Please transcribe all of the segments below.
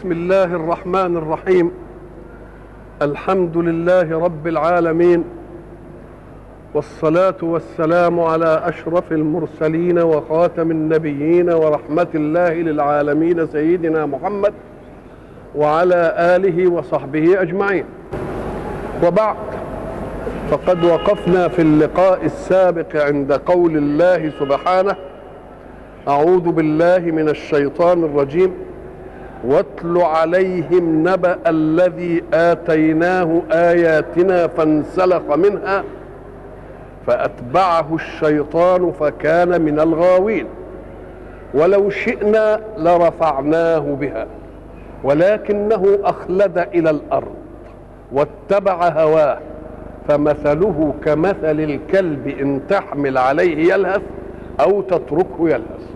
بسم الله الرحمن الرحيم. الحمد لله رب العالمين، والصلاة والسلام على أشرف المرسلين وخاتم النبيين ورحمة الله للعالمين سيدنا محمد وعلى آله وصحبه أجمعين. وبعد، فقد وقفنا في اللقاء السابق عند قول الله سبحانه: أعوذ بالله من الشيطان الرجيم، واتل عليهم نبأ الذي آتيناه آياتنا فانسلخ منها فأتبعه الشيطان فكان من الغاوين، ولو شئنا لرفعناه بها ولكنه أخلد إلى الأرض واتبع هواه فمثله كمثل الكلب إن تحمل عليه يلهث أو تتركه يلهث.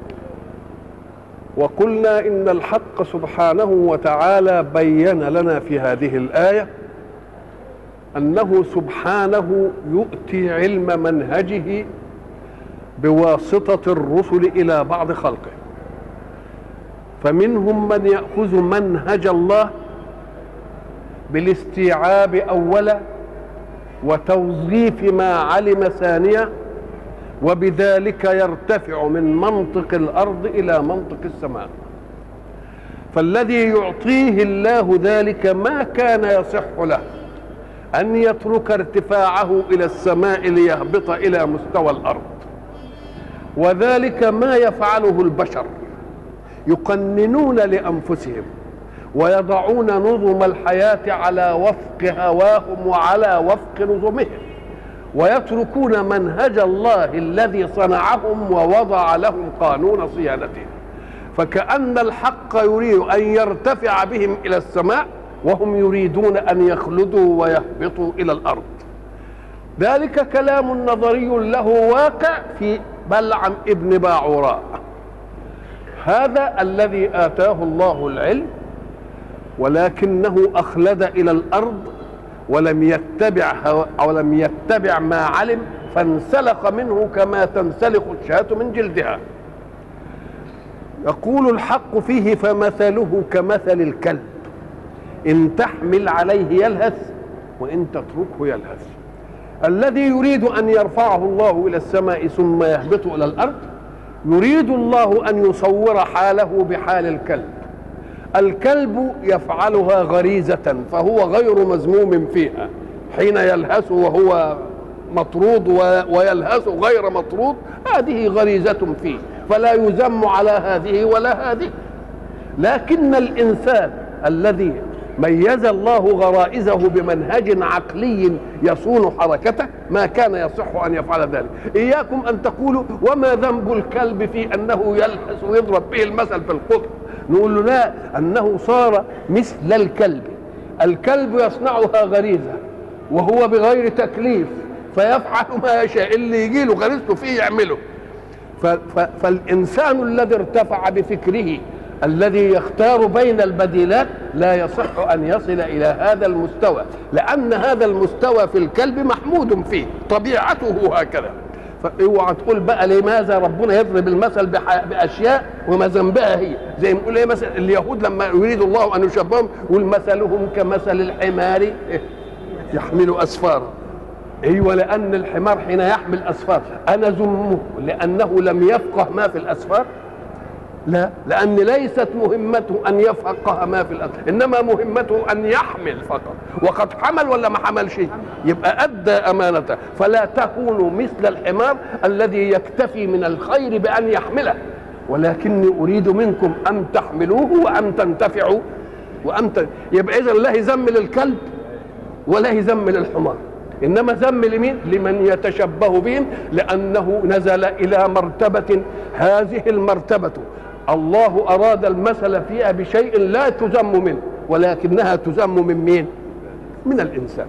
وقلنا إن الحق سبحانه وتعالى بين لنا في هذه الآية أنه سبحانه يؤتي علم منهجه بواسطة الرسل إلى بعض خلقه، فمنهم من يأخذ منهج الله بالاستيعاب أولا وتوظيف ما علم ثانيا، وبذلك يرتفع من منطق الأرض إلى منطق السماء. فالذي يعطيه الله ذلك ما كان يصح له أن يترك ارتفاعه إلى السماء ليهبط إلى مستوى الأرض، وذلك ما يفعله البشر، يقننون لأنفسهم ويضعون نظم الحياة على وفق هواهم وعلى وفق نظمهم، ويتركون منهج الله الذي صنعهم ووضع لهم قانون صيانته. فكأن الحق يريد أن يرتفع بهم إلى السماء وهم يريدون أن يخلدوا ويهبطوا إلى الأرض. ذلك كلام نظري له واقع في بلعم ابن باعوراء، هذا الذي آتاه الله العلم ولكنه أخلد إلى الأرض ولم يتبع ما علم فانسلخ منه كما تنسلخ الشاة من جلدها. يقول الحق فيه: فمثله كمثل الكلب إن تحمل عليه يلهث وإن تتركه يلهث. الذي يريد أن يرفعه الله إلى السماء ثم يهبط إلى الأرض يريد الله أن يصور حاله بحال الكلب. الكلب يفعلها غريزة فهو غير مذموم فيها، حين يلهث وهو مطرود ويلهث غير مطرود، هذه غريزة فيه فلا يذم على هذه ولا هذه. لكن الإنسان الذي ميز الله غرائزه بمنهج عقلي يصون حركته ما كان يصح أن يفعل ذلك. إياكم أن تقولوا: وما ذنب الكلب في أنه يلهث ويضرب به المثل في القطر؟ نقول له: لا، أنه صار مثل الكلب. الكلب يصنعها غريزة وهو بغير تكليف فيفعل ما يشاء، اللي يجي له غريزته فيه يعمله. فالإنسان الذي ارتفع بفكره الذي يختار بين البديلات لا يصح أن يصل إلى هذا المستوى، لأن هذا المستوى في الكلب محمود فيه، طبيعته هكذا. فاوعى تقول بقى لماذا ربنا يضرب المثل بأشياء وما ذنبها هي، زي ما يقول ايه مثلا اليهود لما يريد الله أن يشبههم يقول: مثلهم كمثل الحمار يحمل أسفارا. ايوه، لأن الحمار حين يحمل أسفار أنا ذمه لأنه لم يفقه ما في الأسفار؟ لا، لأن ليست مهمته أن يفقه ما في الأسفار، إنما مهمته أن يحمل فقط، وقد حمل ولا ما حمل شيء، يبقى أدى أمانته. فلا تكونوا مثل الحمار الذي يكتفي من الخير بأن يحمله، ولكني أريد منكم أن تحملوه وأن تنتفعوا يبقى إذن لا يذم للكلب ولا يذم للحمار، إنما ذم لمين؟ لمن يتشبه بهم، لأنه نزل إلى مرتبة، هذه المرتبة الله أراد المثل فيها بشيء لا تذم منه، ولكنها تذم من مين؟ من الإنسان.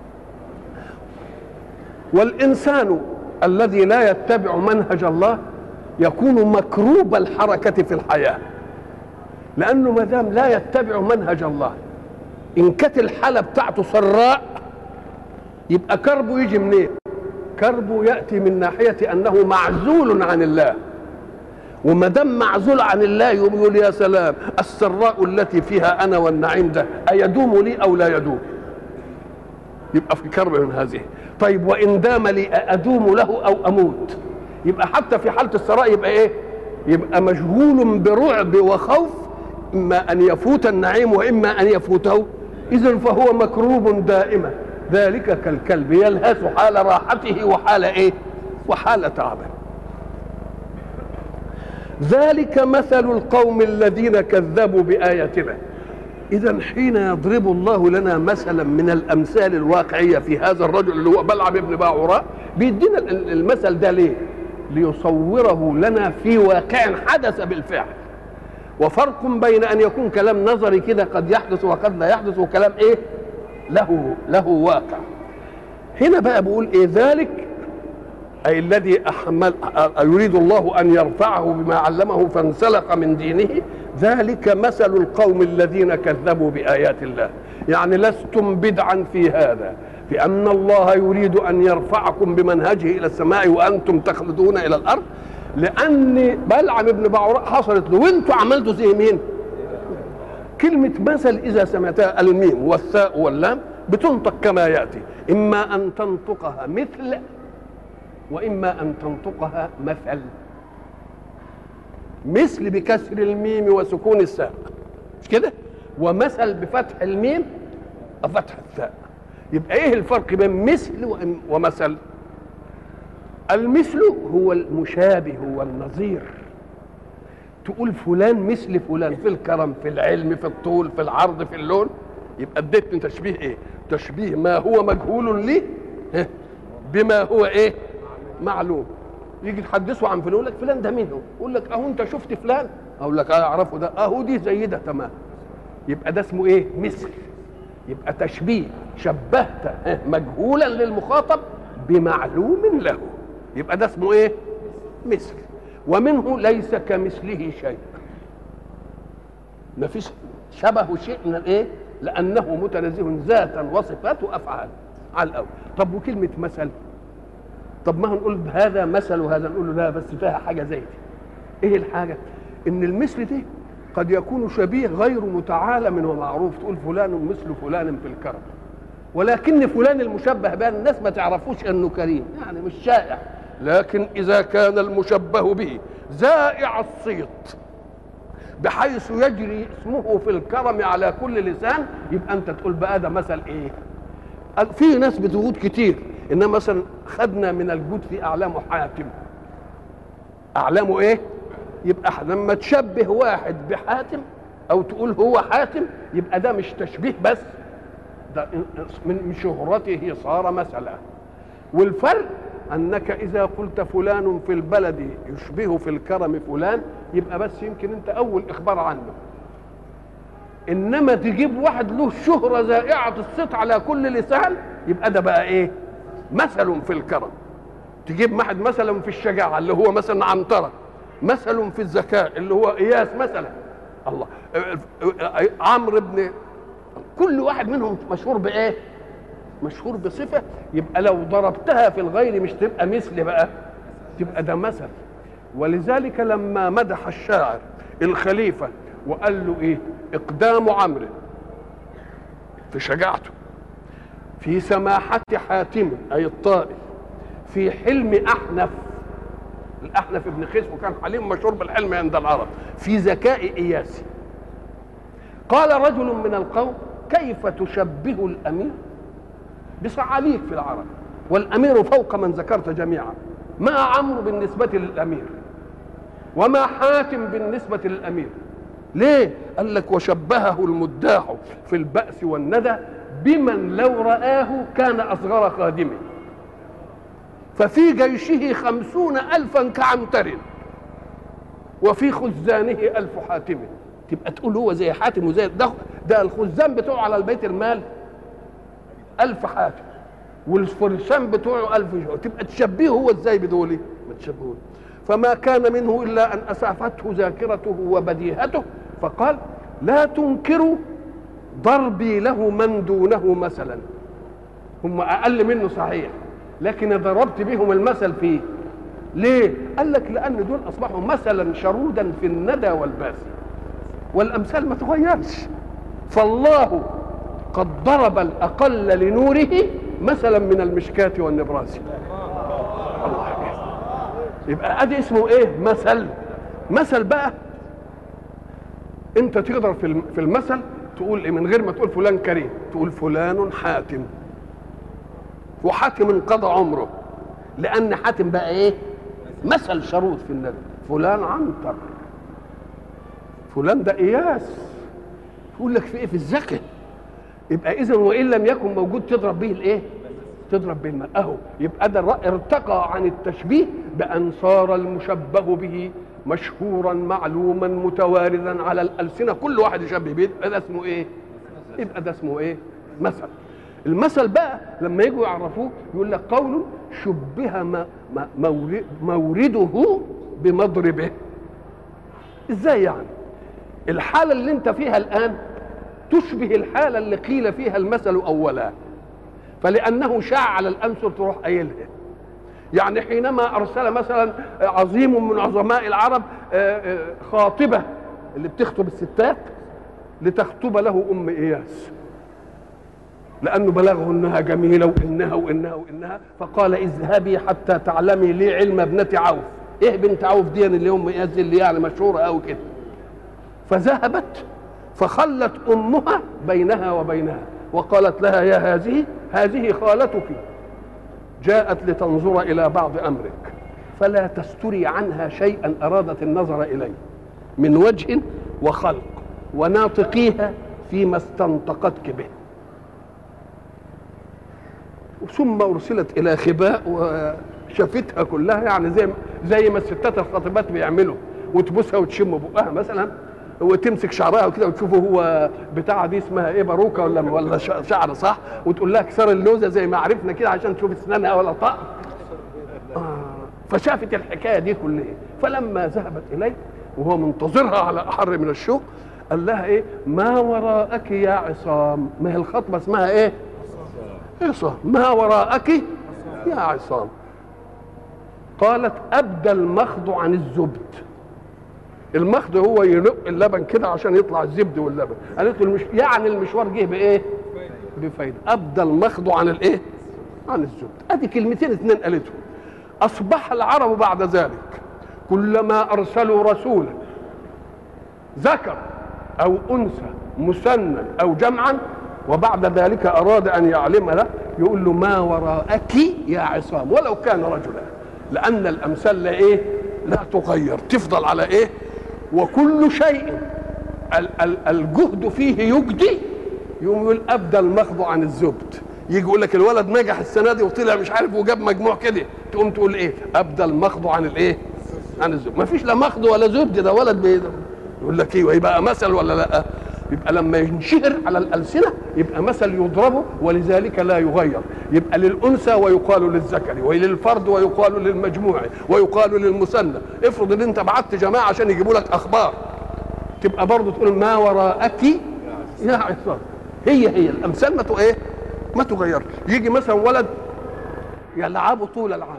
والإنسان الذي لا يتبع منهج الله يكون مكروب الحركة في الحياة، لأنه ما دام لا يتبع منهج الله، إن كانت الحالة بتاعته سراء يبقى كربه يجي منين؟ كربه يأتي من ناحية أنه معزول عن الله، وما دام معزول عن الله يقول يا سلام السراء التي فيها انا والنعيم ده ايدوم لي او لا يدوم؟ يبقى في كرب من هذه. طيب وان دام لي ادوم له او اموت؟ يبقى حتى في حاله السراء يبقى ايه؟ يبقى مشغول برعب وخوف، اما ان يفوت النعيم واما ان يفوته. اذا فهو مكروب دائما. ذلك كالكلب يلهث حال راحته وحال ايه؟ وحال تعبه. ذلك مثل القوم الذين كذبوا بآياتنا. إذا حين يضرب الله لنا مثلا من الأمثال الواقعية في هذا الرجل اللي هو بلعم ابن باعوراء، بيدينا المثل ده ليه؟ ليصوره لنا في واقع حدث بالفعل. وفرق بين أن يكون كلام نظري كده قد يحدث وقد لا يحدث، وكلام إيه؟ له واقع. هنا بقى بقول إيه؟ ذلك أي الذي يريد الله أن يرفعه بما علمه فانسلخ من دينه. ذلك مثل القوم الذين كذبوا بآيات الله. يعني لستم بدعا في هذا، في أن الله يريد أن يرفعكم بمنهجه إلى السماء وأنتم تخلدون إلى الأرض، لأن بلعم ابن باعوراء حصلت له وأنتم عملتوا زي مين؟ كلمة مثل إذا سمعتها الميم والثاء واللام بتنطق كما يأتي، إما أن تنطقها مثل وإما أن تنطقها مثل. مثل بكسر الميم وسكون الثاء، مش كده؟ ومثل بفتح الميم وفتح الثاء. يبقى ايه الفرق بين مثل ومثل؟ المثل هو المشابه، هو النظير. تقول فلان مثل فلان في الكرم، في العلم، في الطول، في العرض، في اللون. يبقى اديتني تشبيه ايه؟ تشبيه ما هو مجهول لي بما هو ايه؟ معلوم. يجي تحدثه عن فلان يقول لك فلان ده مين هو؟ يقول لك اهو انت شفت فلان؟ اقول لك اعرفه ده، اهو دي زي ده تمام. يبقى ده اسمه ايه؟ مثل. يبقى تشبيه، شبهت مجهولا للمخاطب بمعلوم له، يبقى ده اسمه ايه؟ مثل. ومنه ليس كمثله شيء، ما فيش شبه شيء من الايه؟ لانه متنزه ذاتا وصفات وافعال على الاول. طب وكلمه مثل؟ طب ما هنقول هذا مثل وهذا، نقول له لا بس فيها حاجه زي دي. ايه الحاجه؟ ان المثل دي قد يكون شبيه غير متعالم ومعروف، تقول فلان مثل فلان في الكرم، ولكن فلان المشبه به الناس ما تعرفوش انه كريم، يعني مش شائع. لكن اذا كان المشبه به زائع الصيت بحيث يجري اسمه في الكرم على كل لسان، يبقى انت تقول بقى ده مثل ايه؟ في ناس بتجود كتير، انما مثلا خدنا من الجود في اعلام حاتم. اعلامه ايه؟ يبقى لما تشبه واحد بحاتم او تقول هو حاتم، يبقى ده مش تشبيه بس، ده من شهرته صار مثلا. والفرق انك اذا قلت فلان في البلد يشبه في الكرم فلان، يبقى بس يمكن انت اول اخبار عنه. انما تجيب واحد له شهرة زائعة الصيت على كل لسان، يبقى ده بقى ايه؟ مثل في الكرم. تجيب واحد مثلا في الشجاعة اللي هو مثلا عنترة، مثل في الذكاء اللي هو اياس مثلا، الله، عمرو بن، كل واحد منهم مشهور بايه؟ مشهور بصفة. يبقى لو ضربتها في الغير مش تبقى مثل بقى، تبقى ده مثل. ولذلك لما مدح الشاعر الخليفة وقال له ايه؟ اقدام عمرو في شجاعته، في سماحة حاتم اي الطائي، في حلم احنف، الاحنف ابن قيس وكان حليم مشهور بالحلم عند العرب، في ذكاء اياسي. قال رجل من القوم كيف تشبه الامير بصعاليك في العرب والامير فوق من ذكرت جميعا، ما عمرو بالنسبة للامير وما حاتم بالنسبة للامير؟ ليه؟ قال لك وشبهه المداح في البأس والندى بمن لو رآه كان أصغر خادمه، ففي جيشه 50,000 كعنتر وفي خزانه 1000 حاتم. تبقى تقول هو زي حاتم وزي ده الخزان بتوعه على البيت المال 1000 حاتم والفرسان بتوعه 1000 جوع، تبقى تشبهه هو ازاي بدولي؟ ما تشبهوش. فما كان منه إلا أن أسعفته ذاكرته وبديهته، فقال لا تنكروا ضربي له من دونه مثلا، هم أقل منه صحيح، لكن ضربت بهم المثل ليه؟ قال لك لان دول اصبحوا مثلا شرودا في الندى والباسي، والامثال ما تغيرش. فالله قد ضرب الاقل لنوره مثلا من المشكاة والنبراس. يبقى ادي اسمه ايه؟ مثل. مثل بقى انت تقدر في المثل تقول ايه من غير ما تقول فلان كريم، تقول فلان حاتم، وحاتم انقضى عمره، لان حاتم بقى ايه؟ مثل شروط في النبي. فلان عنتر، فلان ده اياس، يقول لك في ايه؟ في الذكاء. يبقى اذا وان لم يكن موجود تضرب به الايه؟ تضرب به الماء. اهو يبقى ده ارتقى عن التشبيه بان صار المشبه به مشهورا معلوما متواردا على الالسنه، كل واحد يشبه به. ده اسمه ايه؟ يبقى ده اسمه ايه؟ مثل. المثل بقى لما يجوا يعرفوه يقول لك قول شبه مورده بمضربه. ازاي يعني؟ الحاله اللي انت فيها الان تشبه الحاله اللي قيل فيها المثل اولا، فلانه شاع على الانثر تروح قايلها. يعني حينما ارسل مثلا عظيم من عظماء العرب خاطبه اللي بتخطب الستات لتخطب له ام اياس، لانه بلغه انها جميله وانها وانها وانها، فقال اذهبي حتى تعلمي لي علم ابنه عوف. ايه بنت عوف دي اللي ام اياس دي اللي يعني مشهوره قوي كده؟ فذهبت فخلت امها بينها وبينها وقالت لها يا هذه خالتك جاءت لتنظر الى بعض امرك، فلا تستري عنها شيئا ارادت النظر اليه من وجه وخلق، وناطقيها فيما استنطقتك به. ثم ارسلت الى خباء وشافتها كلها، يعني زي ما الستات الخاطبات بيعملوا، وتبوسها وتشم بقها مثلا وتمسك شعرها وكده وتشوفه هو بتاعه دي اسمها ايه، باروكه ولا شعر صح، وتقول لها كسر اللوزه زي ما عرفنا كده عشان تشوف اسنانها ولا طقم. فشافت الحكايه دي كلها، فلما ذهبت اليه وهو منتظرها على احر من الشوق قال لها ايه؟ ما وراءك يا عصام. ما هي الخطبه اسمها ايه؟ عصام. ما وراءك يا عصام. قالت ابدى المخض عن الزبد. المخض هو ينق اللبن كده عشان يطلع الزبد واللبن. قالت له يعني المشوار جه بايه؟ بفايده. ابدى المخض عن الايه؟ عن الزبد. ادي كلمتين اتنين قالتهم. اصبح العرب بعد ذلك كلما ارسلوا رسولا ذكر او انثى مثنى او جمعا وبعد ذلك اراد ان يعلم له يقول له ما وراءك يا عصام، ولو كان رجلا، لان الامثال لا ايه؟ لا تغير، تفضل على ايه؟ وكل شيء الجهد فيه يجدي، يقوم يقول ابدى المخض عن الزبد. يجي يقول لك الولد نجح السنه دي وطلع مش عارف وجاب مجموع كده، تقوم تقول ايه؟ ابدى المخض عن الايه؟ عن الزبد. ما فيش لا مخض ولا زبد، ده ولد يقول لك ايه؟ يبقى مثل ولا لا؟ يبقى لما ينشهر على الالسنه يبقى مثل يضربه، ولذلك لا يغير. يبقى للانثى ويقال للذكر، وللفرد ويقال للمجموع، ويقال للمثنى. افرض ان انت بعت جماعه عشان يجيبوا لك اخبار، تبقى برضه تقول ما وراءك يا عصام. هي الامثال ما تغيرش. يجي مثلا ولد يلعبه طول العام،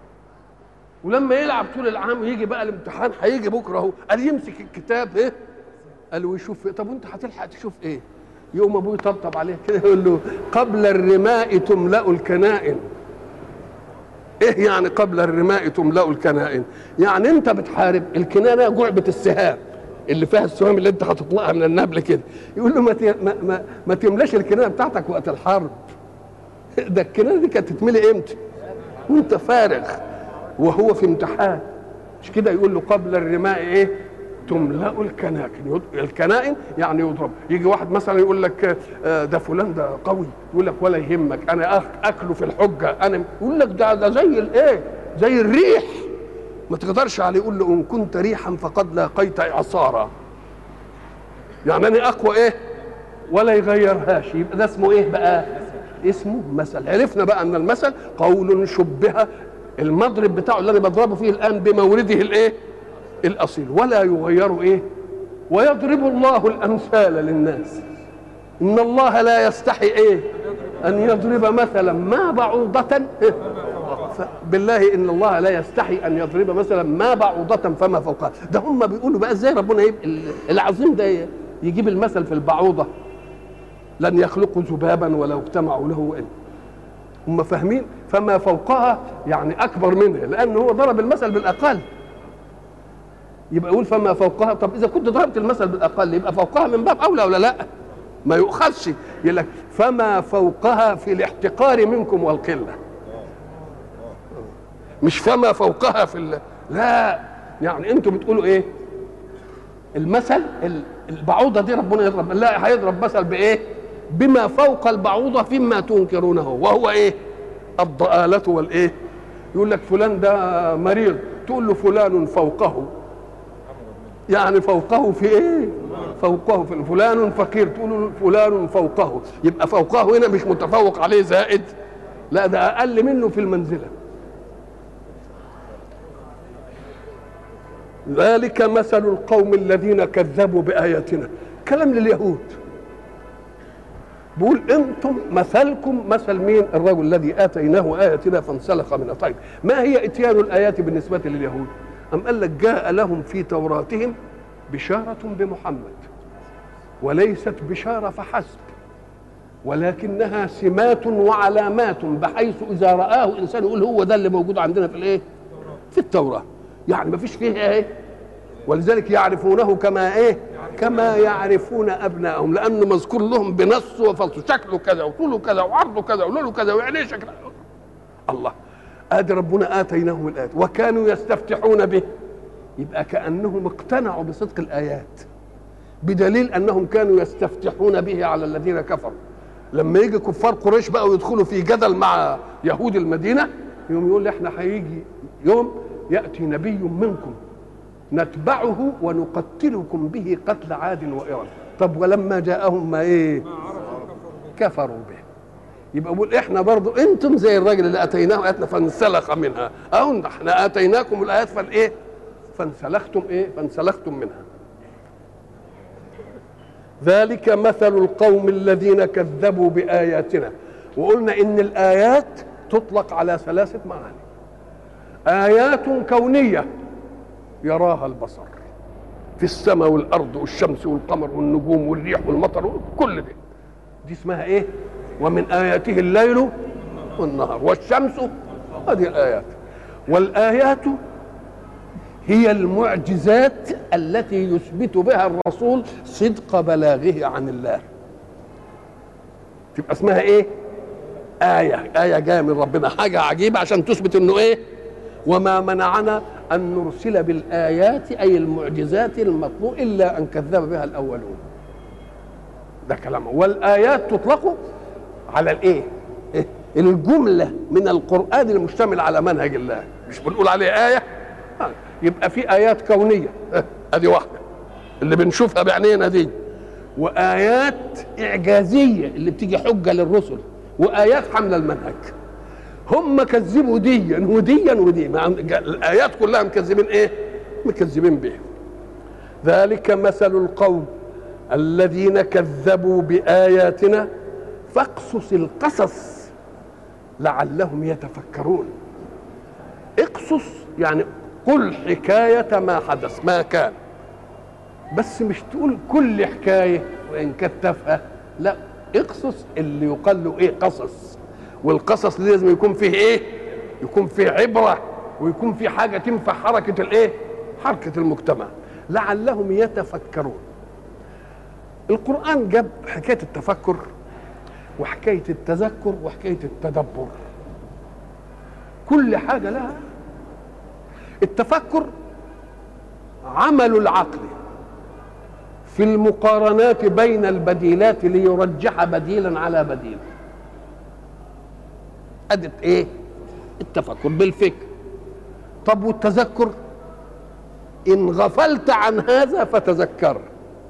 ولما يلعب طول العام ويجي بقى الامتحان هيجي بكره اهو، قال يمسك الكتاب ايه؟ قال له يشوف. طب وانت هتلحق تشوف ايه؟ يقوم ابوه يطبطب عليه كده يقول له قبل الرماء تملأ الكنائن. ايه يعني قبل الرماء تملأ الكنائن؟ يعني انت بتحارب الكنانه جعبه السهام اللي فيها السهام اللي انت هتطلقها من النبل كده. يقول له ما تملاش الكنانه بتاعتك وقت الحرب. ده الكنانه دي كانت تتملي امتى؟ وانت فارغ وهو في امتحان. مش كده؟ يقول له قبل الرماء ايه؟ تملأ الكنائن. الكنائن يعني يضرب. يجي واحد مثلا يقول لك ده فلان ده قوي، يقول لك ولا يهمك انا اكله في الحجه انا. يقول لك ده زي الايه؟ زي الريح، ما تقدرش عليه. يقول له ان كنت ريحا فقد لاقيت اعصارا، يعني انا اقوى ايه؟ ولا يغيرهاش. يبقى ده اسمه ايه بقى؟ اسمه مثل. عرفنا بقى ان المثل قول شبه المضرب بتاعه اللي انا بضربه فيه الان بمورده الايه؟ الاصيل، ولا يغير ايه؟ ويضرب الله الامثال للناس. ان الله لا يستحي ايه؟ ان يضرب مثلا ما بعوضة بالله ان الله لا يستحي ان يضرب مثلا ما بعوضة فما فوقها. ده هم بيقولوا بقى ازاي ربنا العظيم ده يجيب المثل في البعوضة؟ لن يخلقوا ذبابا ولو اجتمعوا له إن. هم فاهمين فما فوقها يعني اكبر منها، لانه هو ضرب المثل بالاقل. يبقى يقول فما فوقها. طب اذا كنت ضربت المثل بالاقل يبقى فوقها من باب اولى ولا لا؟ ما يؤخذش. يقول لك فما فوقها في الاحتقار منكم والقله، مش فما فوقها في لا. يعني انتم بتقولوا ايه؟ المثل البعوضه دي ربنا يضرب، لا هيضرب مثل بايه؟ بما فوق البعوضه فيما تنكرونه، وهو ايه؟ الضآلة والايه؟ يقول لك فلان ده مريض، تقول له فلان فوقه، يعني فوقه في ايه؟ فوقه في فلان فقير، تقول له فلان فوقه، يبقى فوقه هنا مش متفوق عليه زائد، لا ده اقل منه في المنزله. ذلك مثل القوم الذين كذبوا بآياتنا. كلام لليهود، بيقول انتم مثلكم مثل مين؟ الرجل الذي آتيناه آياتنا فانسلخ منها. طيب ما هي اتيان الآيات بالنسبة لليهود؟ أم قال لك جاء لهم في توراتهم بشارة بمحمد، وليست بشارة فحسب، ولكنها سمات وعلامات، بحيث إذا رآه إنسان يقول هو ده اللي موجود عندنا في الإيه؟ في التوراة. يعني ما فيش فيها إيه؟ ولذلك يعرفونه كما إيه؟ كما يعرفون أبنائهم، لأنه مذكور لهم بنص وفصل، شكله كذا وطوله كذا وعرضه كذا ولونه كذا وعينيه شكله. الله، ادي ربنا آتيناهم الآيات وكانوا يستفتحون به، يبقى كأنهم اقتنعوا بصدق الآيات، بدليل أنهم كانوا يستفتحون به على الذين كفروا. لما يجي كفار قريش بقى ويدخلوا في جدل مع يهود المدينة، يوم يقول احنا هيجي يوم يأتي نبي منكم نتبعه ونقتلكم به قتل عاد وإرم. طب ولما جاءهم ما ايه؟ كفروا به. يبقى بقول احنا برضو انتم زي الراجل اللي اتيناه اياتنا فانسلخ منها، او احنا اتيناكم الايات فالايه؟ فانسلختم ايه؟ فانسلختم منها. ذلك مثل القوم الذين كذبوا بآياتنا. وقلنا ان الآيات تطلق على ثلاثة معاني: آيات كونية يراها البصر في السماء والأرض والشمس والقمر والنجوم والريح والمطر كل دي اسمها ايه؟ ومن آياته الليل والنهار والشمس، هذه الآيات. والآيات هي المعجزات التي يثبت بها الرسول صدق بلاغه عن الله، تبقى اسمها ايه؟ آية جاية من ربنا، حاجة عجيبة عشان تثبت انه ايه؟ وما منعنا أن نرسل بالآيات أي المعجزات المطلوب إلا أن كذب بها الأولون. ده كلامه. والآيات تطلق على الايه؟ الجملة من القرآن المشتمل على منهج الله، مش بنقول عليه آية. يبقى في آيات كونية، ادي واحدة اللي بنشوفها بعينينا دي، وآيات إعجازية اللي بتيجي حجة للرسل، وآيات حمل المنهج. هم كذبوا ديا وديا ودي، الآيات كلها مكذبين ايه؟ مكذبين به. ذلك مثل القوم الذين كذبوا بآياتنا فاقصص القصص لعلهم يتفكرون. اقصص يعني قل حكاية ما حدث ما كان، بس مش تقول كل حكاية وإن كانت تافهة، لا، اقصص اللي يقال له ايه؟ قصص. والقصص لازم يكون فيه ايه؟ يكون فيه عبرة، ويكون فيه حاجة تنفع حركة الايه؟ حركة المجتمع، لعلهم يتفكرون. القرآن جاب حكاية التفكر وحكاية التذكر وحكاية التدبر، كل حاجة لها. التفكر عمل العقل في المقارنات بين البديلات ليرجح بديلا على بديل. أدت ايه؟ التفكر بالفكر. طب والتذكر؟ إن غفلت عن هذا فتذكر،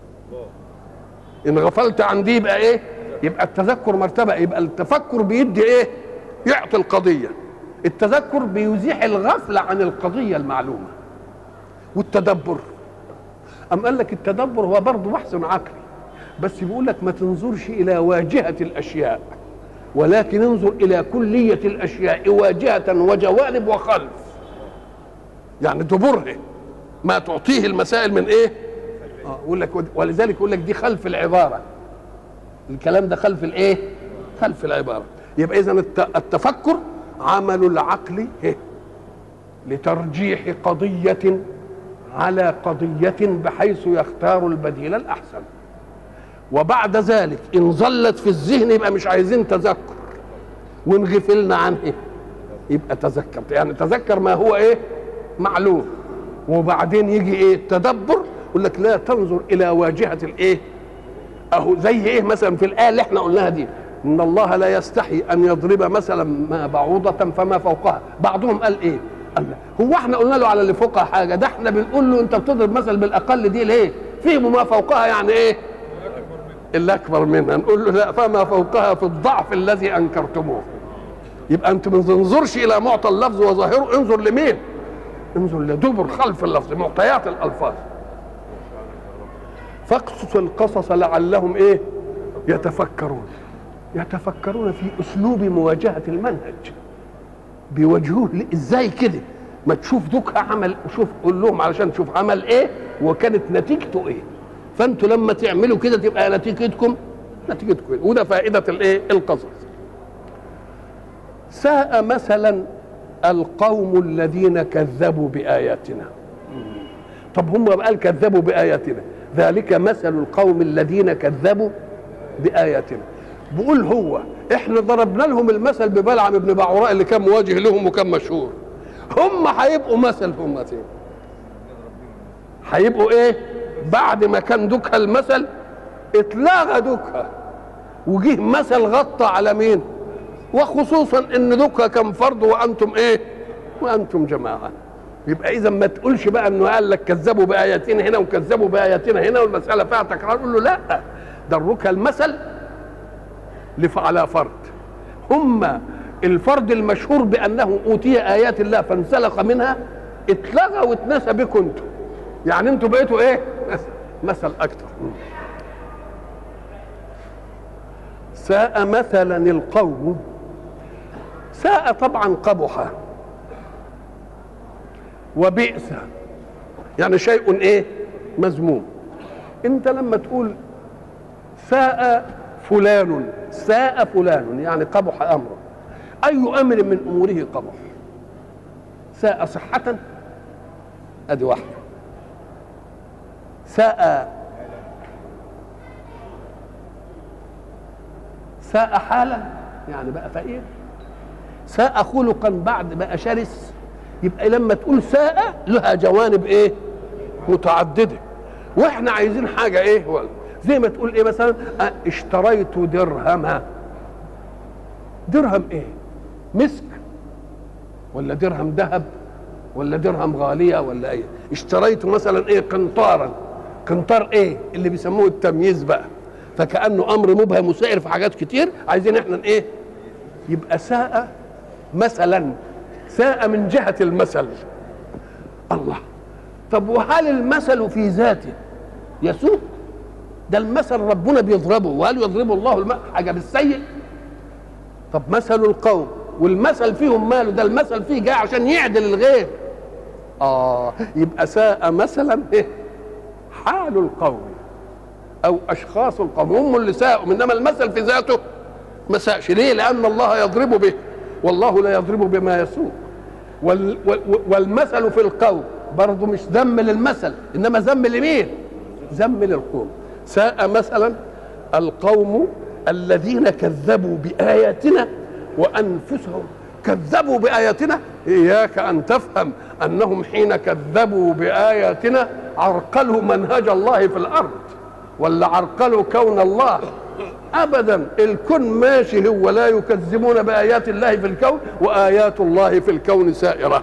إن غفلت عن دي يبقى ايه؟ يبقى التذكر مرتبة. يبقى التفكر بيدي ايه؟ يعطي القضية. التذكر بيزيح الغفلة عن القضية المعلومة. والتدبر أم قال لك التدبر هو برضه بحث عقلي، بس بيقول لك ما تنظرش إلى واجهة الأشياء، ولكن انظر الى كليه الاشياء واجهه وجوانب وخلف، يعني دبره ما تعطيه المسائل من ايه؟ يقول لك، ولذلك يقول لك دي خلف العباره، الكلام ده خلف الايه؟ خلف العباره. يبقى اذا التفكر عمل العقل لترجيح قضيه على قضيه بحيث يختار البديل الاحسن، وبعد ذلك ان ظلت في الذهن يبقى مش عايزين تذكر، وان غفلنا عنه يبقى تذكر، يعني تذكر ما هو ايه؟ معلوم. وبعدين يجي ايه؟ التدبر، يقول لك لا تنظر الى واجهه الايه؟ اهو زي ايه مثلا في الايه اللي احنا قلناها دي، ان الله لا يستحي ان يضرب مثلا ما بعوضه فما فوقها. بعضهم قال ايه؟ قال هو احنا قلنا له على اللي فوقها حاجه؟ ده احنا بنقول له انت بتضرب مثل بالاقل دي ليه؟ فيهم ما فوقها يعني ايه؟ اللي اكبر منها. نقول له لا، فما فوقها في الضعف الذي انكرتموه. يبقى انت ما تنظرش الى معطى اللفظ وظاهره، انظر لمين؟ انظر لدبر خلف اللفظ، معطيات الالفاظ. فاقصص القصص لعلهم ايه؟ يتفكرون. يتفكرون في اسلوب مواجهه المنهج، بيواجهوه ازاي كده؟ ما تشوف دوكها عمل، وشوف قول لهم علشان تشوف عمل ايه وكانت نتيجته ايه، فانتوا لما تعملوا كده تبقى نتيجتكم إيه؟ وده فائده الايه؟ القصص. ساء مثلا القوم الذين كذبوا باياتنا. طب هم قال كذبوا باياتنا، ذلك مثل القوم الذين كذبوا باياتنا. بقول هو احنا ضربنا لهم المثل ببلعم بن بعوراء اللي كان مواجه لهم وكان مشهور، هم هيبقوا مثل هم تاني، هيبقوا ايه؟ بعد ما كان دوكها المثل اتلغى دوكها وجيه مثل غطى على مين؟ وخصوصا ان دوكها كان فرد وانتم ايه؟ وانتم جماعه. يبقى اذا ما تقولش بقى انه قال لك كذبوا باياتنا هنا وكذبوا باياتنا هنا والمساله فيها تكرار، قول له لا، دروك المثل على فرد، هم الفرد المشهور بانه اوتي ايات الله فانسلخ منها اتلغى واتنسى بكم انتم، يعني انتم بقيتوا ايه؟ مثل اكتر. ساء مثلا القوم، ساء طبعا قبح وبئس، يعني شيء ايه؟ مذموم. انت لما تقول ساء فلان، ساء فلان يعني قبح امره. اي امر من اموره قبح؟ ساء صحة ادي واحده، ساء حالا يعني بقى فقير، ساء خلقا بعد بقى شرس. يبقى لما تقول ساء لها جوانب ايه؟ متعدده. واحنا عايزين حاجه ايه؟ زي ما تقول ايه مثلا؟ اشتريت درهما. درهم ايه؟ مسك ولا درهم ذهب ولا درهم غاليه ولا ايه؟ اشتريت مثلا ايه؟ قنطارا. قنطار ايه؟ اللي بيسموه التمييز بقى، فكأنه امر مبهم وسائر في حاجات كتير عايزين احنا ايه؟ يبقى ساء مثلا، ساء من جهة المثل. الله، طب وهل المثل في ذاته يسوء؟ ده المثل ربنا بيضربه، وهل يضرب الله حاجة بالسيء؟ طب مثل القوم والمثل فيهم ماله؟ ده المثل فيه جاي عشان يعدل الغير. يبقى ساء مثلا ايه؟ حال القوم او اشخاص القوم هم اللي ساءوا، انما المثل في ذاته ما ساءش. ليه؟ لان الله يضرب به، والله لا يضرب بما يسوء. والمثل في القوم برضه مش ذم للمثل، انما ذم لمين؟ ذم للقوم. ساء مثلا القوم الذين كذبوا بآياتنا وأنفسهم كذبوا بآياتنا. إياك أن تفهم أنهم حين كذبوا بآياتنا عرقلوا منهج الله في الأرض ولا عرقلوا كون الله. أبدا، الكون ماشي هو، لا يكذبون بآيات الله في الكون وآيات الله في الكون سائرة،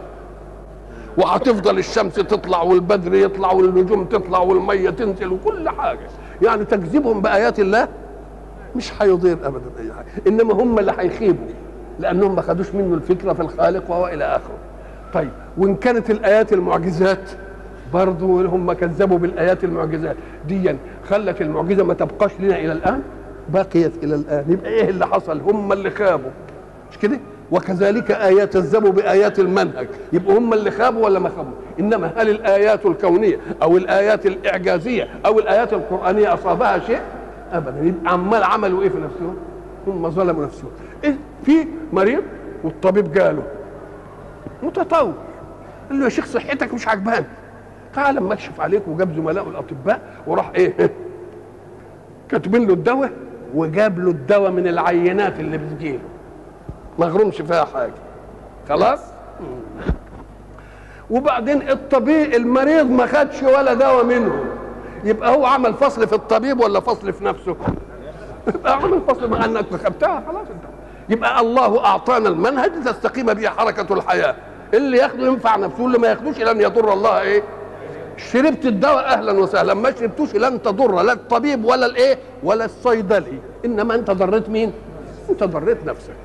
وهتفضل الشمس تطلع والبدر يطلع والنجوم تطلع والمية تنزل وكل حاجة. يعني تكذيبهم بآيات الله مش هيضير أبدا أي حاجة، إنما هم اللي هيخيبوا لأنهم ما خدوش منه الفكرة في الخالق وهو إلى آخره. طيب، وإن كانت الآيات المعجزات برضو هم كذبوا بالآيات المعجزات دي، خلت المعجزة ما تبقاش لنا إلى الآن. بقيت الى الان. يبقى ايه اللي حصل؟ هم اللي خابوا، مش كده؟ وكذلك ايات كذبوا بايات المنهج، يبقوا هم اللي خابوا ولا ما خابوا؟ انما هل الايات الكونيه او الايات الاعجازيه او الايات القرانيه اصابها شيء؟ ابدا. يبقى عمال عملوا ايه في نفسهم؟ هم ظلموا نفسهم. إيه؟ في مريض والطبيب جاله متطور، قال له يا شيخ صحتك مش عجباني، تعال اما اكشف عليك. وجاب زملائه الاطباء وراح ايه كاتبين له الدواء، وجاب له الدواء من العينات اللي بتجيله ما غرمش فيها حاجه، خلاص. وبعدين الطبيب المريض ما خدش ولا دواء منهم، يبقى هو عمل فصل في الطبيب ولا فصل في نفسه؟ يبقى عمل فصل، مع انك خدتها خلاص. يبقى الله اعطانا المنهج تستقيم به حركه الحياه، اللي ياخده ينفع نفسه واللي ما ياخدوش لن يضر الله ايه. شربت الدواء اهلا وسهلا، ما شربتوش لن تضر لا الطبيب ولا الايه ولا الصيدلي، انما انت ضريت مين؟ انت ضريت نفسك.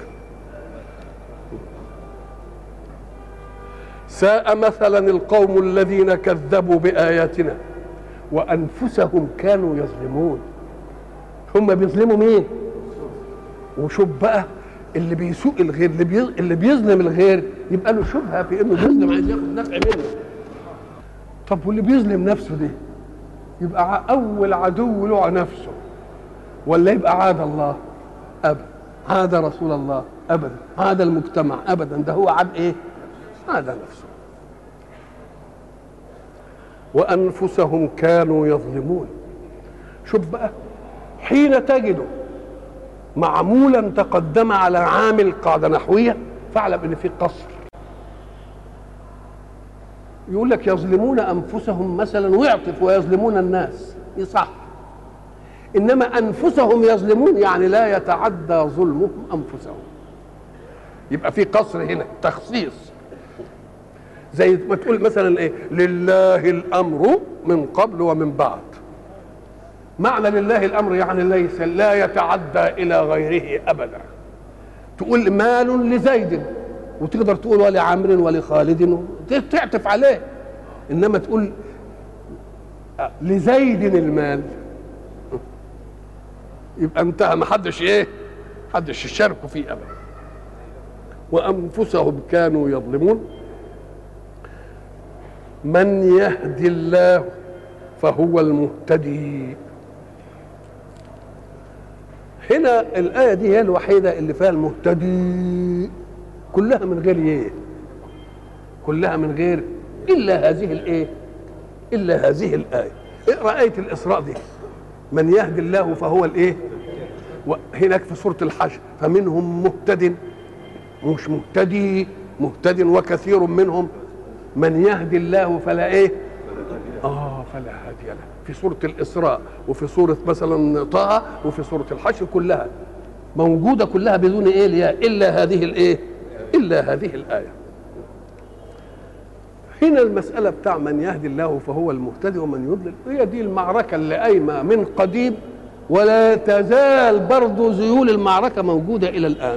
ساء مثلا القوم الذين كذبوا بآياتنا وأنفسهم كانوا يظلمون. هم بيظلموا مين؟ وشوف بقى اللي بيسوء الغير، اللي بيظلم الغير يبقى له شبهة في انه بيظلم، عايز ياخد نفع منه. طب واللي بيظلم نفسه دي يبقى اول عدو له نفسه، ولا يبقى عاد الله؟ ابدا. عاد رسول الله؟ ابدا. عاد المجتمع؟ ابدا. ده هو عاد ايه؟ عاد نفسه. وانفسهم كانوا يظلمون. شوف بقى، حين تجد معمولا تقدم على عامل قاعده نحويه فاعلم ان في قصر. يقول لك يظلمون انفسهم مثلا ويعطف ويظلمون الناس، يصح. انما انفسهم يظلمون يعني لا يتعدى ظلمهم انفسهم، يبقى في قصر هنا، تخصيص. زي ما تقول مثلا ايه، لله الامر من قبل ومن بعد. معنى لله الامر يعني ليس لا يتعدى الى غيره ابدا. تقول مال لزيد وتقدر تقول ولعمر ولخالد تعطف عليه، انما تقول لزيد المال يبقى انتهى، ما حدش ايه، حدش يشاركوا فيه ابدا. وانفسهم كانوا يظلمون. من يهدي الله فهو المهتدي. هنا الآية دي هي الوحيدة اللي فيها المهتدي، كلها من غير ايه، كلها من غير إلا هذه الايه، إلا هذه الآية. اقرأ آية الإسراء دي، من يهدي الله فهو الايه. وهناك في سورة الحشر فمنهم مهتد، مش مهتدي، مهتد وكثير منهم. من يهدي الله فلا ايه، فلا هادي له. في سورة الإسراء وفي سورة مثلا طه وفي سورة الحشر كلها موجودة، كلها بدون ايه الياء، إلا هذه الايه، إلا هذه الآية. هنا المسألة بتاع من يهدي الله فهو المهتدي ومن يضلل، هي دي المعركة اللي قايمة من قديم، ولا تزال برضو ذيول المعركة موجودة إلى الآن.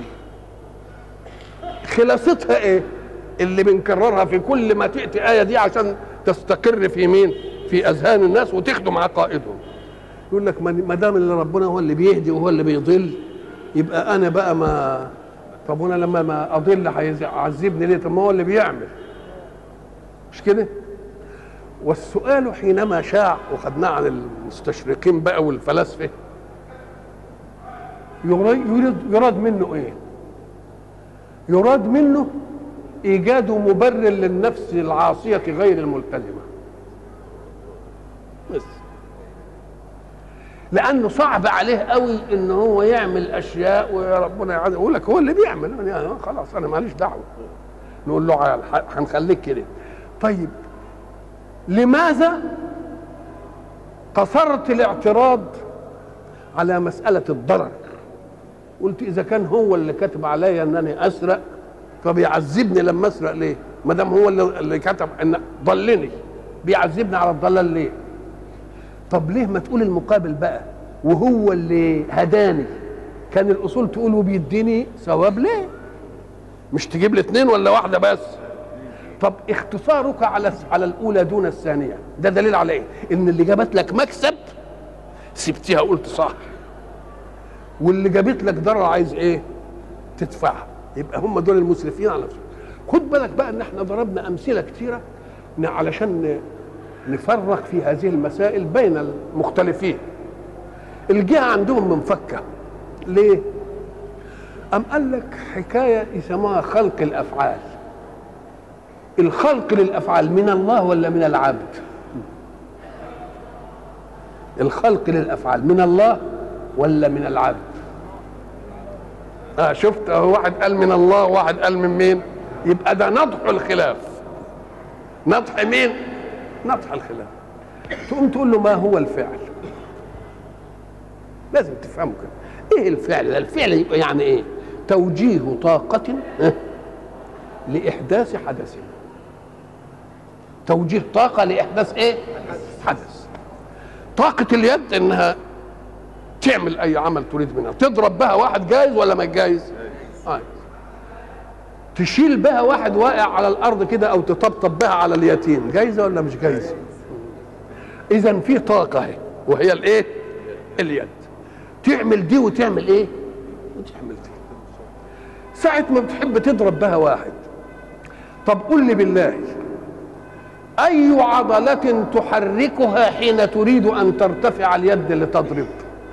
خلاصتها ايه اللي بنكررها في كل ما تأتي آية دي عشان تستقر في مين؟ في أذهان الناس وتخدم عقائدهم. يقول لك ما دام اللي ربنا هو اللي بيهدي وهو اللي بيضل، يبقى أنا بقى ما، طب وانا لما ما أضل هيعذبني ليه؟ طب ما هو اللي بيعمل، مش كده؟ والسؤال حينما شاع وخدناه عن المستشرقين بقى والفلاسفة، يراد منه ايه؟ يراد منه ايجاد مبرر للنفس العاصيه غير الملتزمه بس، لانه صعب عليه قوي ان هو يعمل اشياء وربنا يعذب. يقول لك هو اللي بيعمل، يعني خلاص انا ماليش دعوه. نقول له هنخليك كده. طيب لماذا قصرت الاعتراض على مساله الضرر؟ قلت اذا كان هو اللي كتب عليا انني اسرق، طب يعذبني لما اسرق ليه؟ ما دام هو اللي كتب ان ضلني، بيعذبني على الضلال ليه؟ طب ليه ما تقول المقابل بقى، وهو اللي هداني؟ كان الاصول تقول وبيديني ثواب ليه؟ مش تجيب لي اتنين ولا واحده بس؟ طب اختصارك على الاولى دون الثانيه ده دليل على ايه؟ ان اللي جابت لك مكسب سبتيها قلت صح، واللي جابت لك ضرر عايز ايه؟ تدفعها. يبقى هم دول المسرفين على نفسهم. خد بالك بقى ان احنا ضربنا امثله كتيره علشان نفرق في هذه المسائل بين المختلفين. الجهه عندهم منفكه. ليه؟ أم قال لك حكايه يسموها خلق الافعال. الخلق للافعال من الله ولا من العبد؟ الخلق للافعال من الله ولا من العبد؟ شفت اهو، واحد قال من الله وواحد قال من مين؟ يبقى ده نضح الخلاف. نضح مين؟ نضح الخلاف. تقوم تقول له ما هو الفعل؟ لازم تفهمه كده. ايه الفعل؟ الفعل يبقى يعني ايه؟ توجيه طاقة لإحداث حدث. توجيه طاقة لإحداث ايه؟ حدث. طاقة اليد انها تعمل اي عمل تريد منها. تضرب بها واحد جايز ولا ما جايز؟ تشيل بها واحد واقع على الارض كده او تطبطب بها على اليتيم، جايزه ولا مش جايزه؟ اذا في طاقه اهي وهي الايه؟ اليد. تعمل دي وتعمل ايه؟ وتعمل دي. ساعه ما بتحب تضرب بها واحد، طب قل لي بالله اي عضله تحركها حين تريد ان ترتفع اليد لتضرب؟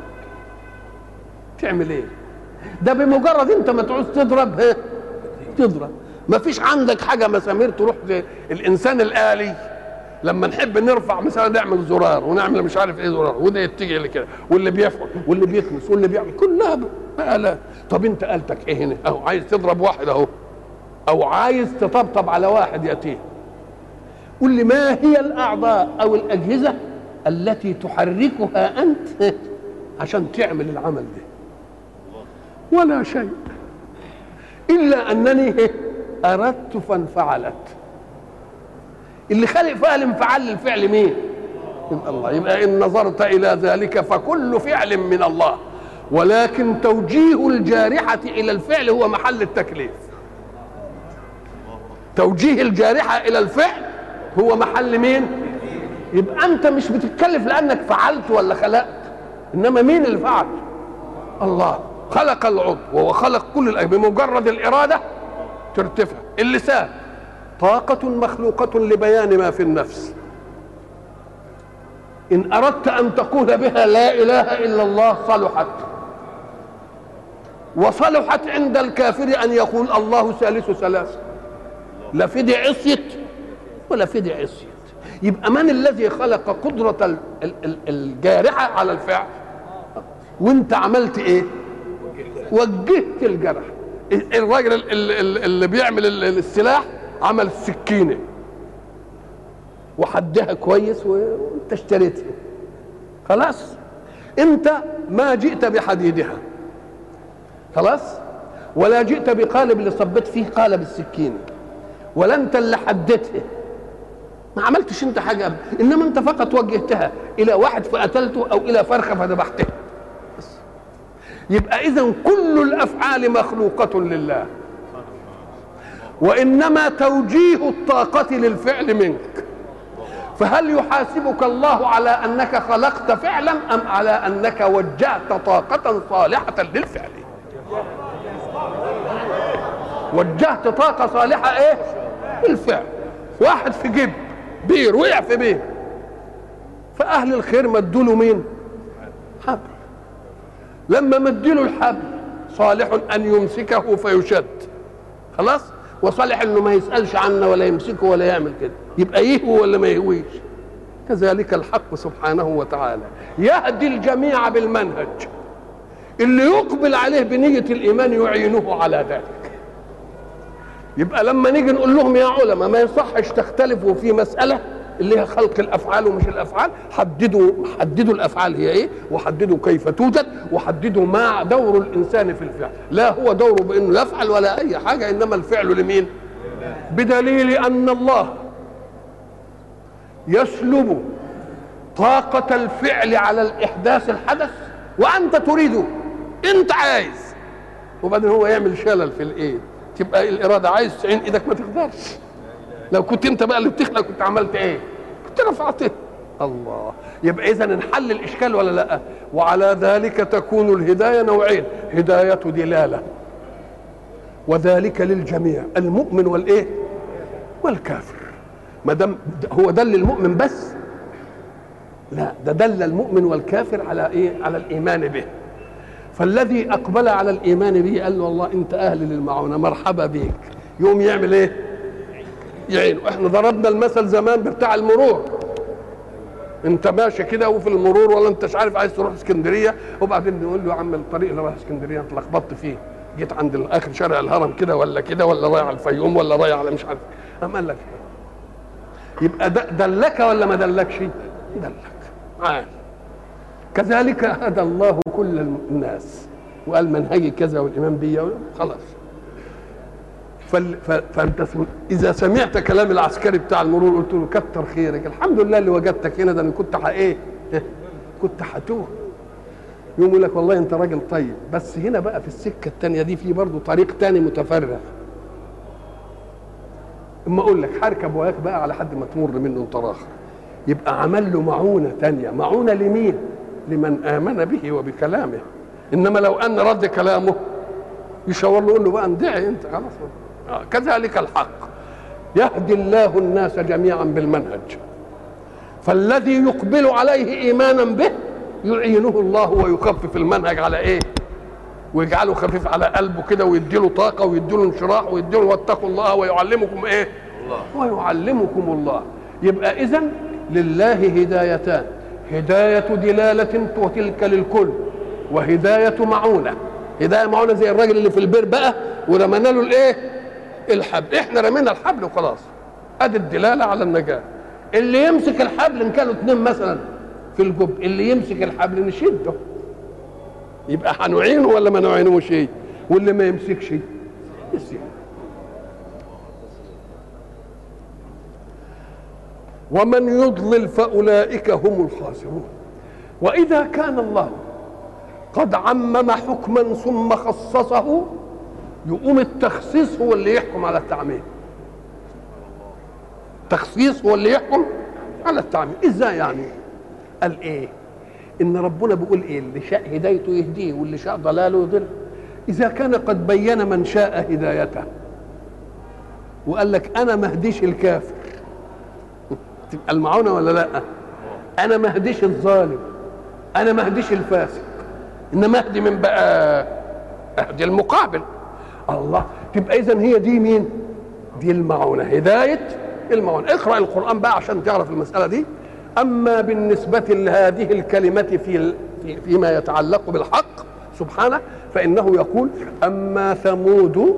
تعمل ايه؟ ده بمجرد انت ما تعوز تضرب تضرب. ما فيش عندك حاجه مسامير تروح زي الانسان الالي لما نحب نرفع مثلا نعمل زرار ونعمل مش عارف ايه زرار وده يتجه لكده واللي بيفعل واللي بيكنس واللي بيعمل كلها آلات. طب انت آلتك ايه هنا؟ اهو عايز تضرب واحد اهو، او عايز تطبطب على واحد يتيم. قل لي ما هي الاعضاء او الاجهزه التي تحركها انت عشان تعمل العمل ده؟ ولا شيء الا انني اردت فانفعلت. اللي خلق فيها الانفعال للفعل مين؟ من الله. يبقى ان نظرت الى ذلك فكل فعل من الله، ولكن توجيه الجارحه الى الفعل هو محل التكليف. توجيه الجارحه الى الفعل هو محل مين؟ يبقى انت مش بتتكلف لانك فعلت ولا خلقت، انما مين اللي فعل؟ الله. خلق العضو وهو خلق كل الأجزاء بمجرد الإرادة ترتفع. اللسان طاقة مخلوقة لبيان ما في النفس. إن أردت أن تقول بها لا إله إلا الله صلحت. وصلحت عند الكافر أن يقول الله ثالث ثلاثة. لا فدي عصيت ولا فدي عصيت. يبقى من الذي خلق قدرة الجارحة على الفعل؟ وانت عملت ايه؟ وجهت الجرح. الراجل اللي بيعمل السلاح عمل السكينه وحدها كويس وانت اشتريتها خلاص. انت ما جئت بحديدها خلاص، ولا جئت بقالب اللي صبت فيه قالب السكينه، ولا انت اللي حددتها، ما عملتش انت حاجه، انما انت فقط وجهتها الى واحد فقتلته او الى فرخه فذبحتها. يبقى اذا كل الافعال مخلوقه لله، وانما توجيه الطاقه للفعل منك. فهل يحاسبك الله على انك خلقت فعلا ام على انك وجهت طاقه صالحه للفعل؟ وجهت طاقه صالحه ايه؟ للفعل. واحد في جيب بير وقع في بير، فاهل الخير مدوا له مين؟ حبل. لما مديله الحبل صالح ان يمسكه فيشد خلاص، وصالح انه ما يسالش عنه ولا يمسكه ولا يعمل كده، يبقى يهوي ولا ما يهويش؟ كذلك الحق سبحانه وتعالى يهدي الجميع بالمنهج، اللي يقبل عليه بنيه الايمان يعينه على ذلك. يبقى لما نيجي نقول لهم يا علماء ما يصحش تختلفوا في مساله اللي هي خلق الافعال ومش الافعال، حددوا الافعال هي ايه، وحددوا كيف توجد، وحددوا ما دور الانسان في الفعل. لا هو دوره بانه يفعل ولا اي حاجه، انما الفعل لمين؟ بدليل ان الله يسلب طاقه الفعل على الاحداث الحدث وانت تريده، انت عايز، وبعدين هو يعمل شلل في الايد، تبقى الاراده عايز تعين ايدك ما تقدرش. لو كنت انت بقى اللي بتخلق كنت عملت ايه؟ كنت رفعته الله. يبقى اذا انحل الاشكال ولا لا؟ وعلى ذلك تكون الهدايه نوعين، هدايه دلاله وذلك للجميع، المؤمن والايه والكافر. ما دام هو دل المؤمن بس، لا، ده دل المؤمن والكافر على ايه؟ على الايمان به. فالذي اقبل على الايمان به قال له والله انت اهل للمعونه، مرحبا بيك، يقوم يعمل ايه؟ يعينه. احنا ضربنا المثل زمان بتاع المرور، انت ماشي كده وفي المرور ولا انتش عارف عايز تروح اسكندريه، وبعدين نقول له يا عم الطريق اللي رايح اسكندريه انت لخبطت فيه، جيت عند اخر شارع الهرم كده ولا رايح على الفيوم ولا رايح على مش عارف، قام قال لك يبقى دلك ولا ما دلكش؟ دلك. كذلك هدى الله كل الناس وقال منهجي كذا والامام بي خلاص. فانت اذا سمعت كلام العسكري بتاع المرور قلت له كتر خيرك، الحمد لله اللي وجدتك هنا، ده انا كنت ايه؟ كنت هتوه. يقوم يقول لك والله انت راجل طيب، بس هنا بقى في السكه الثانيه دي في برضه طريق ثاني متفرغ، اما اقول لك هركب وياك بقى على حد ما تمر منه انت راخر. يبقى عمل له معونه ثانيه. معونه لمين؟ لمن امن به وبكلامه. انما لو ان رد كلامه يشاور له يقول له بقى اندعي انت خلاص. كذلك الحق يهدي الله الناس جميعا بالمنهج، فالذي يقبل عليه ايمانا به يعينه الله ويخفف المنهج على ايه؟ ويجعله خفيف على قلبه كده، ويديله طاقه ويديله انشراح ويديله واتقوا الله ويعلمكم ايه؟ الله. ويعلمكم الله. يبقى اذا لله هدايتان، هدايه دلاله وتلك للكل، وهدايه معونه. هدايه معونه زي الراجل اللي في البير بقى ورمينا له الايه؟ الحبل. احنا رمينا الحبل وخلاص، ادي الدلاله على النجاه. اللي يمسك الحبل ان كانوا اتنين مثلا في الجب، اللي يمسك الحبل نشده، يبقى هنعينه ولا ما نعينوش؟ ايه؟ واللي ما يمسكش يسيبه. ومن يضلل فاولئك هم الخاسرون. واذا كان الله قد عمم حكما ثم خصصه، يقوم التخصيص هو اللي يحكم على التعميم. التخصيص هو اللي يحكم على التعميم. ازاي يعني؟ قال ايه؟ ان ربنا بيقول ايه؟ اللي شاء هدايته يهديه واللي شاء ضلاله يضل. اذا كان قد بين من شاء هدايته وقال لك انا ما اهديش الكافر، تبقى المعونه ولا لا؟ انا ما اهديش الظالم، انا ما اهديش الفاسق، انما اهدي من بقى؟ اهدي المقابل. الله. تبقى اذا هي دي مين؟ دي المعونه، هدايه المعونه. اقرا القران بقى عشان تعرف المساله دي. اما بالنسبه لهذه الكلمه فيما يتعلق بالحق سبحانه، فانه يقول اما ثمود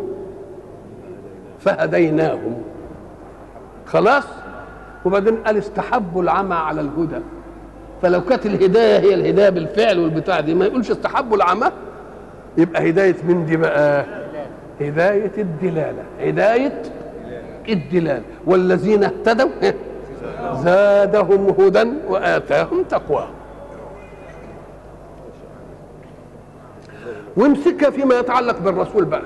فهديناهم، خلاص. وبعدين قال استحبوا العمى على الهدى. فلو كانت الهدايه هي الهدايه بالفعل والبتاع دي، ما يقولش استحبوا العمى. يبقى هدايه من دي بقى؟ هدايه الدلاله، هدايه الدلاله. والذين اهتدوا زادهم هدى واتاهم تقواهم. وامسكها فيما يتعلق بالرسول بقى.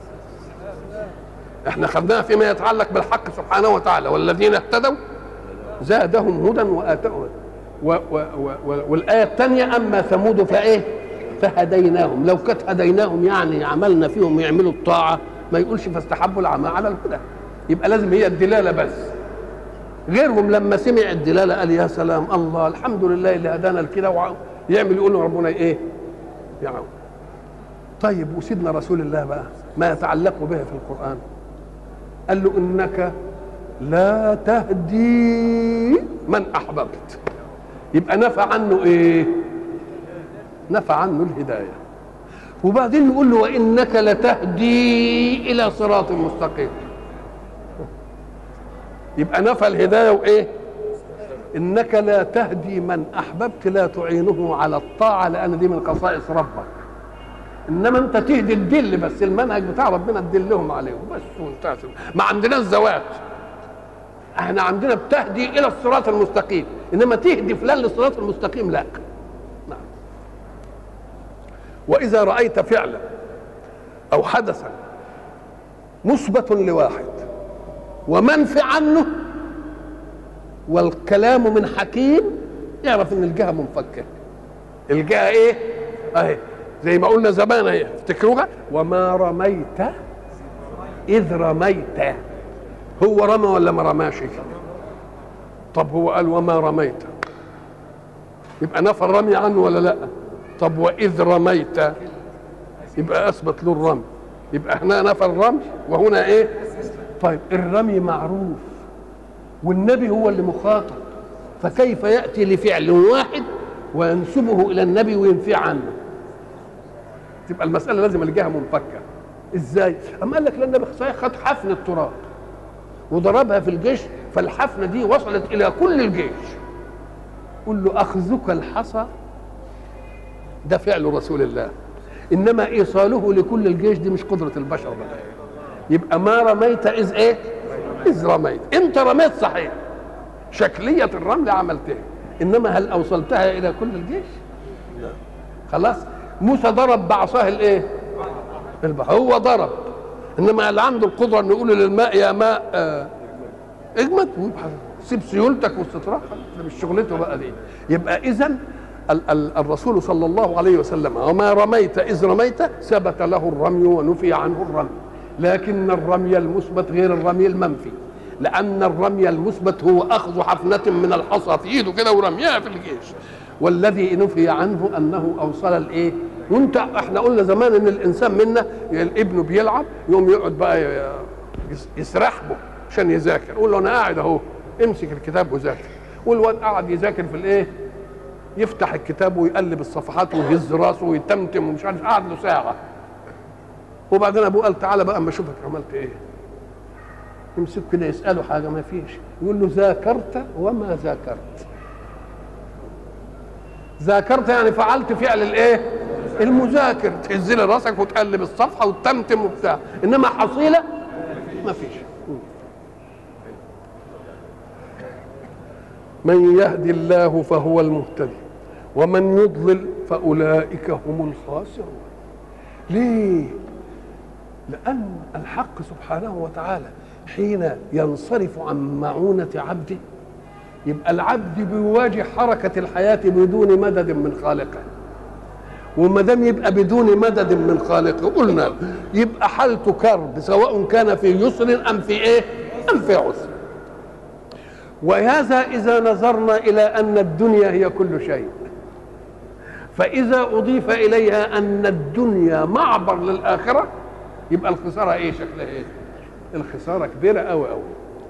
احنا خدناها فيما يتعلق بالحق سبحانه وتعالى، والذين اهتدوا زادهم هدى واتاهم. والايه الثانيه اما ثمود فايه؟ فهديناهم. لو كانت هديناهم يعني عملنا فيهم يعملوا الطاعه، ما يقولش فاستحبوا العمى على الهدى. يبقى لازم هي الدلاله بس. غيرهم لما سمع الدلاله قال يا سلام، الله الحمد لله اللي هدانا لكده، ويعمل يقول له ربنا ايه؟ يعود. طيب وسيدنا رسول الله بقى ما يتعلق به في القران، قال له انك لا تهدي من احببت. يبقى نفى عنه ايه؟ نفى عنه الهدايه. وبعدين يقول له وانك لتهدي الى صراط مستقيم. يبقى نفى الهدايه وايه؟ انك لا تهدي من احببت، لا تعينه على الطاعه لان دي من خصائص ربك. انما انت تهدي الدل بس، المنهج بتاع ربنا تدلهم عليه بس وانتهت. ما عندناش زوات، احنا عندنا بتهدي الى الصراط المستقيم، انما تهدي فلان للصراط المستقيم لا. نعم. واذا رايت فعلا او حدثا مثبت لواحد ومنفي عنه والكلام من حكيم يعرف ان الجهه منفكه. الجهه ايه؟ اهي زي ما قلنا زمان اهي، افتكروها، وما رميت اذ رميت. هو رمى ولا ما رماش؟ طب هو قال وما رميت، يبقى نفى الرمي عنه ولا لا؟ طب واذ رميت يبقى اثبت له الرمي، يبقى هنا نفى الرمي وهنا ايه؟ طيب الرمي معروف والنبي هو اللي مخاطب، فكيف ياتي لفعل واحد وينسبه الى النبي وينفي عنه؟ تبقى المساله لازم الجهه منفكه. ازاي؟ اما قال لك لان النبي خد حفن التراب وضربها في الجيش، فالحفنه دي وصلت الى كل الجيش. قل له اخذك الحصى ده فعل رسول الله، انما ايصاله لكل الجيش دي مش قدره البشر بقى. يبقى ما رميت اذ ايه؟ اذ رميت. انت رميت صحيح، شكليه الرمل عملتها، انما هل اوصلتها الى كل الجيش؟ لا. خلاص. موسى ضرب بعصاه الايه؟ البحر. هو ضرب، انما اللي عنده القدره انه يقول للماء يا ماء اجمد، سيب سيولتك واستطراح، ده مش شغلته بقى دي. يبقى اذا الرسول صلى الله عليه وسلم وما رميت اذ رميت ثبت له الرمي ونفي عنه الرمي، لكن الرمي المثبت غير الرمي المنفي، لان الرمي المثبت هو اخذ حفنه من الحصى في ايده كده ورميها في الجيش، والذي نفي عنه انه اوصل الايه؟ وانت احنا قلنا زمان ان الانسان منا ابنه بيلعب يقوم يقعد بقى يسرحبه عشان يذاكر، قول له انا قاعد اهو امسك الكتاب وذاكر، والواد قاعد يذاكر في الايه؟ يفتح الكتاب ويقلب الصفحات ويهز راسه ويتمتم ومش عارف، قعد له ساعه، وبعدين ابوه قال تعالى بقى اما اشوفك عملت ايه. يمسك كده يساله حاجه ما فيش، يقول له ذاكرت وما ذاكرت. ذاكرت يعني فعلت فعل الايه؟ المذاكر، تهز لي راسك وتقلب الصفحه وتتمتم وبتاع، انما حصيله ما فيش. من يهدي الله فهو المهتدي ومن يضلل فاولئك هم الخاسرون. ليه؟ لان الحق سبحانه وتعالى حين ينصرف عن معونه عبده يبقى العبد بيواجه حركه الحياه بدون مدد من خالقه، وما دام يبقى بدون مدد من خالقه قلنا يبقى حالته كرب، سواء كان في يسر ام في ايه؟ ام في عسر. وهذا اذا نظرنا الى ان الدنيا هي كل شيء، فاذا اضيف اليها ان الدنيا معبر للاخره يبقى الخساره ايه؟ شكلها ايه؟ الخساره كبيره قوي قوي.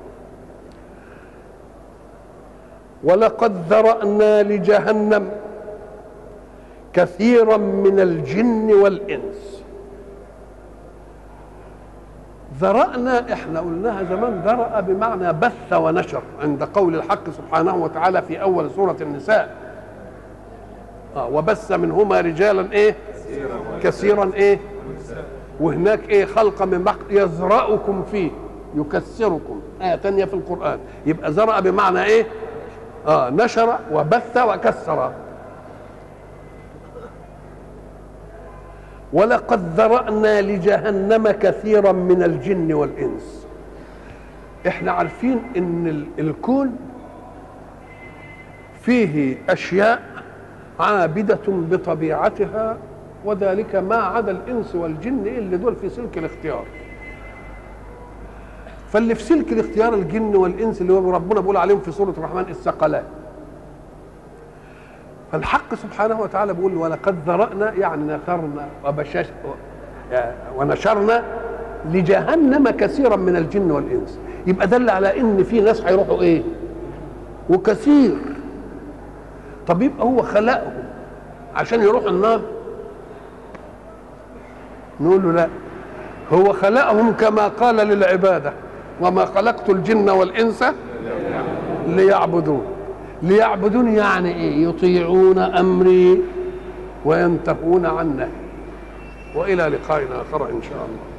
ولقد ذرأنا لجهنم كثيرا من الجن والإنس. ذرأنا احنا قلناها زمان، ذرأ بمعنى بث ونشر، عند قول الحق سبحانه وتعالى في أول سورة النساء وبث منهما رجالا ايه؟ كثيرا ايه؟ وهناك ايه؟ خلق من بحر يزرأكم فيه يكسركم، آية تانية في القرآن. يبقى ذرأ بمعنى ايه؟ نشر وبث وكسر. ولقد ذرأنا لجهنم كثيرا من الجن والإنس. احنا عارفين ان الكون فيه أشياء عابدة بطبيعتها، وذلك ما عدا الإنس والجن اللي دول في سلك الاختيار. فاللي في سلك الاختيار الجن والإنس اللي هو ربنا بيقول عليهم في سورة الرحمن الثقلان. فالحق سبحانه وتعالى بيقول ولقد ذرأنا يعني نثرنا ونشرنا لجهنم كثيرا من الجن والإنس. يبقى دل على ان في ناس هيروحوا ايه؟ وكثير. طب يبقى هو خلقهم عشان يروحوا النار؟ نقول له لا، هو خلقهم كما قال للعبادة وما خلقت الجن والإنس ليعبدون. ليعبدون يعني ايه؟ يطيعون أمري وينتهون عن نهي. وإلى لقاء آخر إن شاء الله.